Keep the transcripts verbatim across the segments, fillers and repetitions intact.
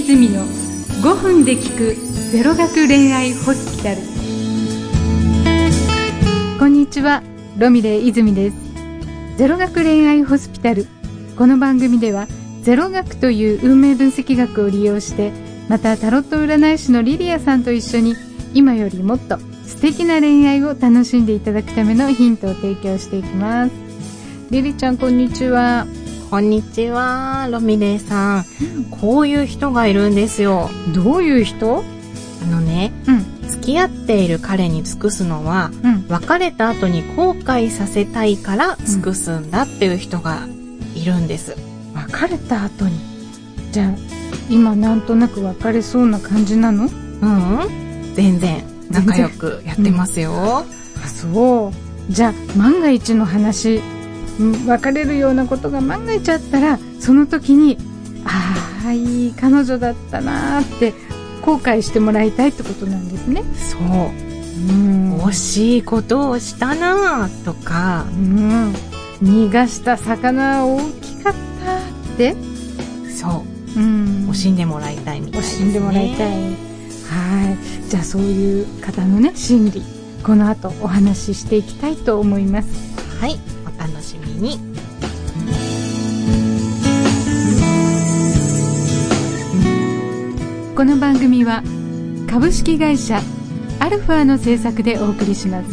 泉のごふんで聞くゼロ学恋愛ホスピタル。こんにちは、ロミレ泉です。ゼロ学恋愛ホスピタル。この番組ではゼロ学という運命分析学を利用して、またタロット占い師のリリアさんと一緒に今よりもっと素敵な恋愛を楽しんでいただくためのヒントを提供していきます。リリちゃん、こんにちは。 こんにちは、ロミレイさん。こういう人がいるんですよ。 どういう人？ あのね、うん、付き合っている彼に尽くすのは、うん、別れた後に後悔させたいから尽くすんだっていう人がいるんです。 うん、別れた後に？じゃあ今なんとなく別れそうな感じなの？ うん、うん、全然仲良くやってますよ。うん、 あ、そう。じゃあ万が一の話、別れるようなことが万が一あったら、その時にああいい彼女だったなって後悔してもらいたいってことなんですね。 そう、うん、惜しいことをしたなとか、 うん、逃がした魚大きかったって、 そう、うん、惜しんでもらいたいみたいですね。 惜しんでもらいたい。はい。じゃあそういう方のね心理、この後お話ししていきたいと思います。 はい、お楽しみに。 この番組は株式会社アルファの制作でお送りします。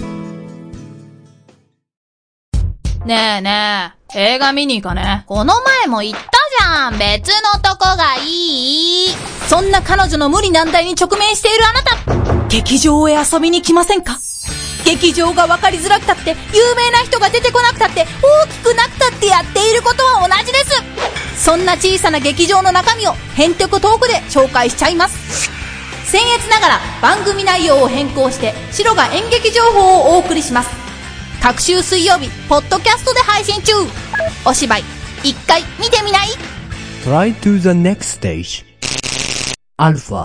ねえねえ、映画見に行かね。 この前も言ったじゃん。別のとこがいい。 そんな彼女の無理難題に直面しているあなた、劇場へ遊びに来ませんか？劇場が分かりづらくたって、有名な人が出てこなくたって、大きくなくたってやっていることは同じです。そんな小さな劇場の中身をヘンテコトークで紹介しちゃいます。僭越ながら番組内容を変更して白が演劇情報をお送りします。各週水曜日ポッドキャストで配信中。お芝居一回見てみない？ Try to the next stage. Alpha。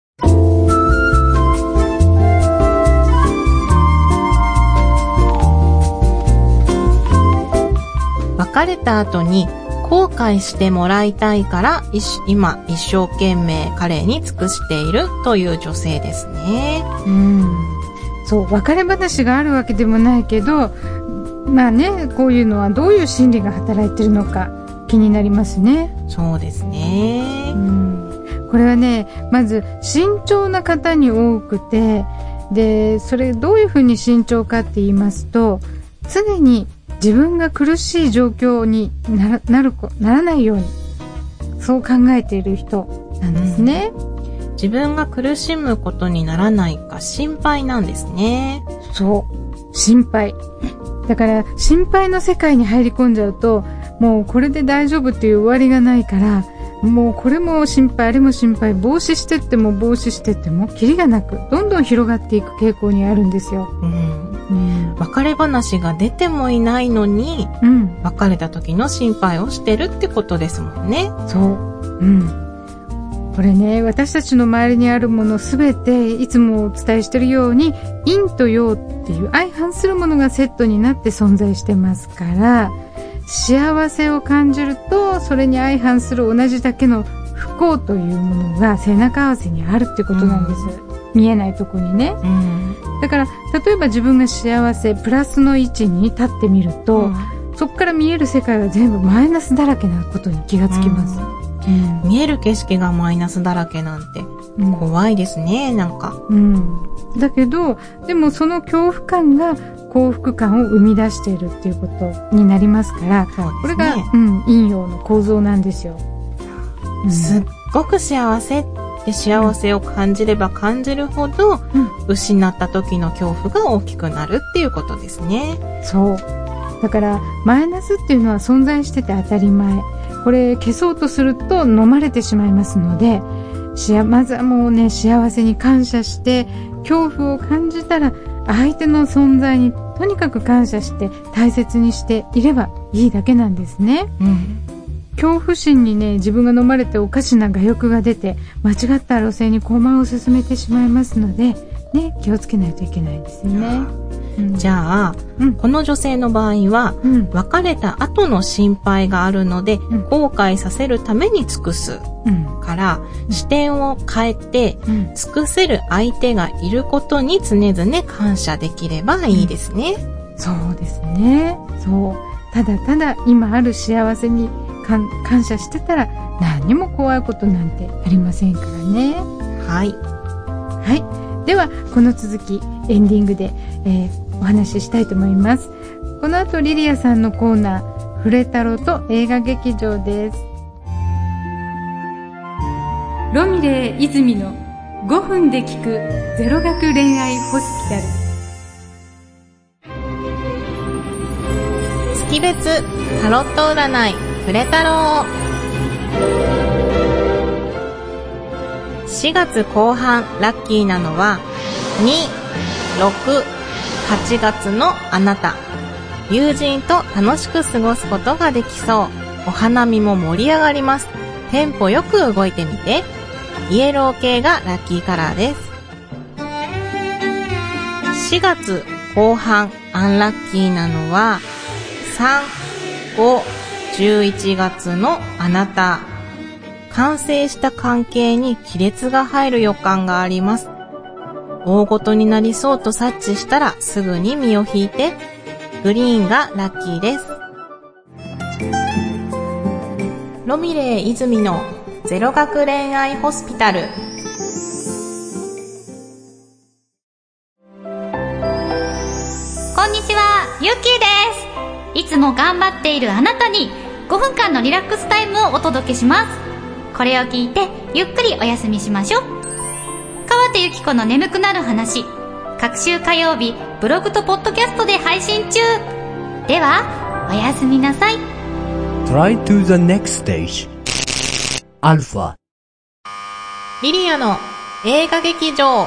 別れた後に後悔してもらいたいから今一生懸命彼に尽くしているという女性ですね。 うん、そう、別れ話があるわけでもないけど、まあね、こういうのはどういう心理が働いてるのか気になりますね。 そうですね。 うん、これはね、まず慎重な方に多くて、でそれどういうふうに慎重かって言いますと、常に自分が苦しい状況にな ら, な, るならないように、そう考えている人なんですね。 うん、自分が苦しむことにならないか心配なんですね。 そう、心配。だから心配の世界に入り込んじゃうと、もうこれで大丈夫っていう終わりがないから、もうこれも心配、あれも心配、防止してっても防止してってもキリがなく、どんどん広がっていく傾向にあるんですよ。 うんうん、別れ話が出てもいないのに、うん、別れた時の心配をしてるってことですもんね。 そう、うん、これね、私たちの周りにあるものすべて、いつもお伝えしているように陰と陽っていう相反するものがセットになって存在してますから、幸せを感じるとそれに相反する同じだけの不幸というものが背中合わせにあるってことなんです。うん、見えないとこにね。うん、だから例えば自分が幸せプラスの位置に立ってみると、うん、そこから見える世界は全部マイナスだらけなことに気がつきます。 うんうん、見える景色がマイナスだらけなんて怖いですね、うん、なんか。 うん、だけどでもその恐怖感が幸福感を生み出しているっていうことになりますから、そうですね、これが、うん、陰陽の構造なんですよ。 うん、すっごく幸せって幸せを感じれば感じるほど、うん、失った時の恐怖が大きくなるっていうことですね。 そう。だからマイナスっていうのは存在してて当たり前。これ消そうとすると飲まれてしまいますので、しやまずはもうね、幸せに感謝して恐怖を感じたら相手の存在にとにかく感謝して大切にしていればいいだけなんですね。うん、恐怖心にね、自分が飲まれておかしな我欲が出て間違った路線に駒を進めてしまいますので、ね、気をつけないといけないんですよね。 うん、じゃあ、うん、この女性の場合は、うん、別れた後の心配があるので、うん、後悔させるために尽くすかから視点を変えて、うん、尽くせる相手がいることに常々感謝できればいいですね。 うん、そうですね。そう。ただただ今ある幸せに感謝してたら何にも怖いことなんてありませんからね。 はい。 はい。ではこの続きエンディングで、えー、お話ししたいと思います。この後リリアさんのコーナーフレタロと映画劇場です。ロミレイ泉のごふんで聞くゼロ学恋愛ホスピタル。 月別タロット占いフレタロー。しがつこう半ラッキーなのはに、ろく、はちがつのあなた。友人と楽しく過ごすことができそう。お花見も盛り上がります。テンポよく動いてみて。イエロー系がラッキーカラーです。しがつこう半アンラッキーなのはさん、ご、じゅういちがつのあなた。完成した関係に亀裂が入る予感があります。大ごとになりそうと察知したらすぐに身を引いて。グリーンがラッキーです。ロミレイ泉のゼロ学恋愛ホスピタル。 こんにちは、ゆっきーです。いつも頑張っているあなたにごふんかんのリラックスタイムをお届けします。これを聞いてゆっくりお休みしましょう。川手ゆき子の眠くなる話、各週火曜日ブログとポッドキャストで配信中。ではおやすみなさい。 Try to the next stage アルファ。 リリアの映画劇場。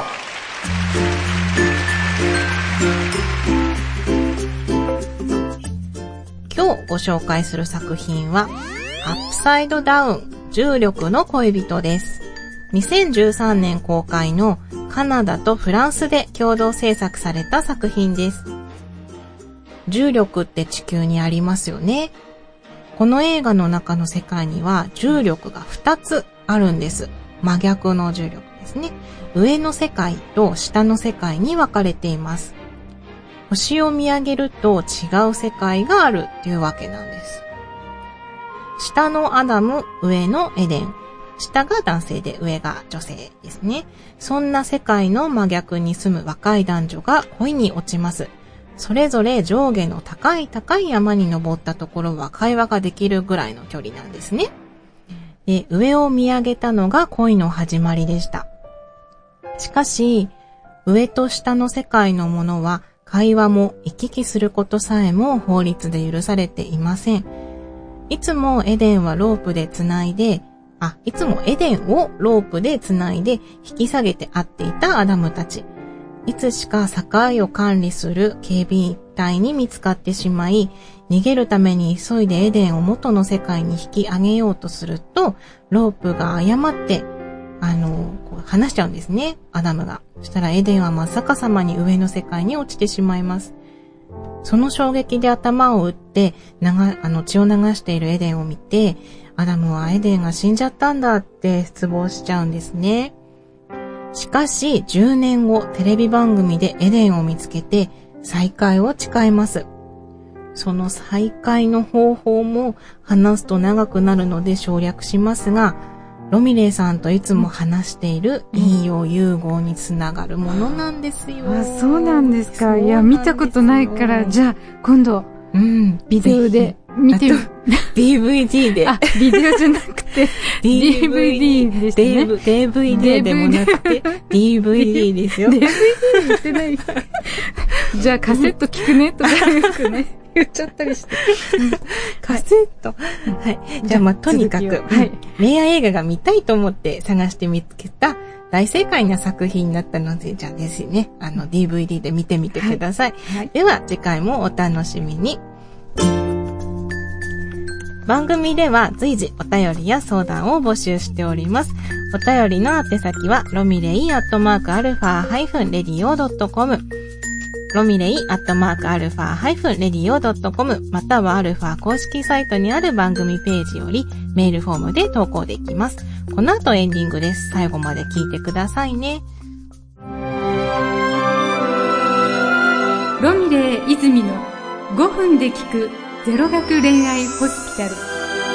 今日ご紹介する作品はアップサイドダウン重力の恋人です。にせんじゅうさんねん公開のカナダとフランスで共同制作された作品です。重力って地球にありますよね。この映画の中の世界には重力がふたつあるんです。真逆の重力ですね。上の世界と下の世界に分かれています。星を見上げると違う世界があるっていうわけなんです。下のアダム、上のエデン。下が男性で上が女性ですね。そんな世界の真逆に住む若い男女が恋に落ちます。それぞれ上下の高い高い山に登ったところは会話ができるぐらいの距離なんですね。で、上を見上げたのが恋の始まりでした。しかし、上と下の世界のものは会話も行き来することさえも法律で許されていません。いつもエデンはロープでつないで、あ、いつもエデンをロープでつないで引き下げて会っていたアダムたち。いつしか境を管理する警備員隊に見つかってしまい、逃げるために急いでエデンを元の世界に引き上げようとすると、ロープが誤って、あの、こう離しちゃうんですね、アダムが。そしたらエデンは真っ逆さまに上の世界に落ちてしまいます。その衝撃で頭を打って、流あの血を流しているエデンを見て、アダムはエデンが死んじゃったんだって失望しちゃうんですね。しかしじゅうねんごテレビ番組でエデンを見つけて再会を誓います。その再会の方法も話すと長くなるので省略しますが、ロミレイさんといつも話している引用融合につながるものなんですよ。 あ、そうなんですか。いや、見たことないから、じゃあ今度、うん、ビデオで見てる。 ディーブイディー で。 あ、ビデオじゃなくて、ディーブイディー でしたね。 ディーブイディー でもなくて、ディーブイディー ですよ。 ディーブイディー 言ってない。じゃあカセット聞くねとかよくね、言っちゃったりして。 カセット。はい。じゃあまあ、とにかく、はい、恋愛映画が見たいと思って探して見つけた大正解な作品だったので、じゃあですね、あの ディーブイディー で見てみてください。はいはい、では次回もお楽しみに。番組では随時お便りや相談を募集しております。お便りの宛先はロミレイアットマークアルファハイフンレディオドットコム、ロミレイアットマークアルファハイフンレディオドットコム、またはアルファ公式サイトにある番組ページよりメールフォームで投稿できます。 この後エンディングです。最後まで聞いてくださいね。 ロミレー泉のごふんで聞くゼロ学恋愛ホスピタル。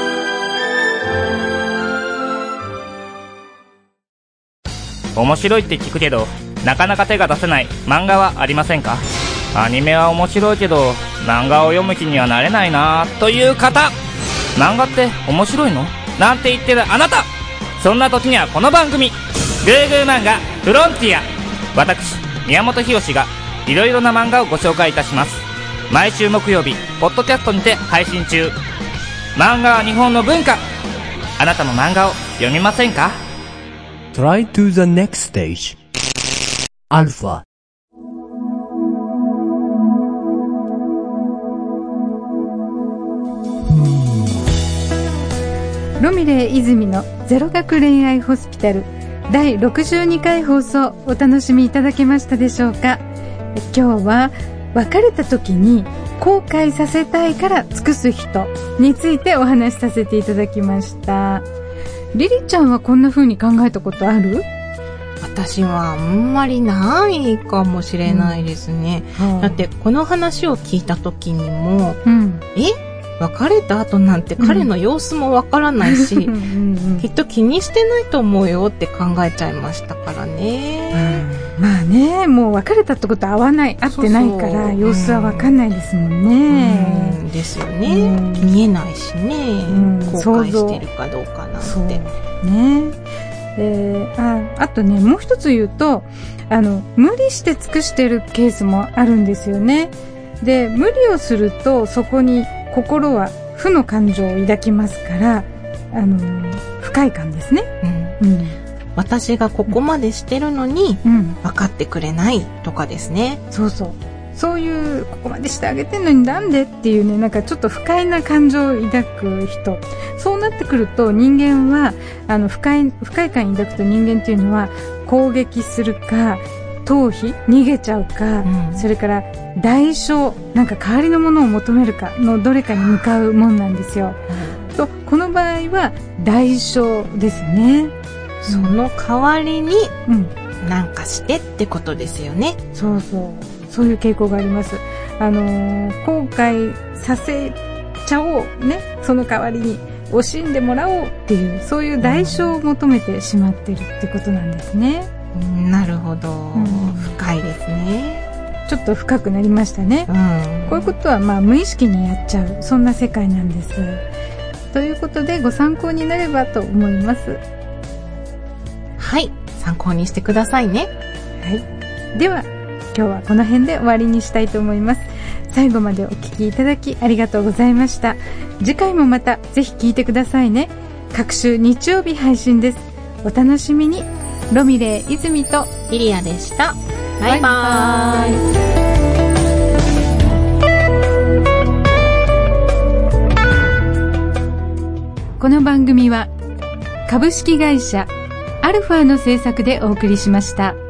面白いって聞くけどなかなか手が出せない漫画はありませんか？アニメは面白いけど漫画を読む気にはなれないなという方、漫画って面白いの？なんて言ってるあなた、そんな時にはこの番組、グーグー漫画フロンティア。私宮本浩がいろいろな漫画をご紹介いたします。毎週木曜日ポッドキャストにて配信中。漫画は日本の文化。あなたも漫画を読みませんか？ Try to the next stage. Alpha. ロミレー泉のゼロ学恋愛ホスピタルだいろくじゅうにかい放送、お楽しみいただけましたでしょうか？今日は別れた時に後悔させたいから尽くす人についてお話しさせていただきました。リリちゃんはこんな風に考えたことある？ 私はあんまりないかもしれないですね、うんはあ、だってこの話を聞いた時にも、うん、え別れた後なんて彼の様子もわからないし、うん、きっと気にしてないと思うよって考えちゃいましたからね、 うん、まあね、もう別れたってことは会わない会ってないから様子はわかんないですもんね、 うんうん、ですよね、うん、見えないしね、うん、後悔してるかどうかなんてね。えー、あ, あとねもう一つ言うと、あの無理して尽くしてるケースもあるんですよね。で無理をするとそこに心は負の感情を抱きますから、あの不快感ですね、うんうん、 私がここまでしてるのに、うん、分かってくれないとかですね。 そうそう、そういうここまでしてあげてんのになんでっていうね、なんかちょっと不快な感情を抱く人、そうなってくると人間はあの不快、不快感を抱くと人間っていうのは攻撃するか逃避逃げちゃうか、うん、それから代償なんか代わりのものを求めるかのどれかに向かうもんなんですよ、うん、とこの場合は代償ですね。 その代わりに、うん、なんかしてってことですよね。 そうそう、そういう傾向があります。あのー、後悔させちゃおうね、その代わりに惜しんでもらおうっていうそういう代償を求めてしまっているってことなんですね。 なるほど、うん、深いですね。 ちょっと深くなりましたね、うん、こういうことはまあ無意識にやっちゃう、そんな世界なんです。ということでご参考になればと思います。 はい、参考にしてくださいね。 はい、では今日はこの辺で終わりにしたいと思います。最後までお聞きいただきありがとうございました。次回もまたぜひ聞いてくださいね。各週日曜日配信です。お楽しみに。ロミレー泉とリリアでした。バイバーイ。 この番組は株式会社アルファの制作でお送りしました。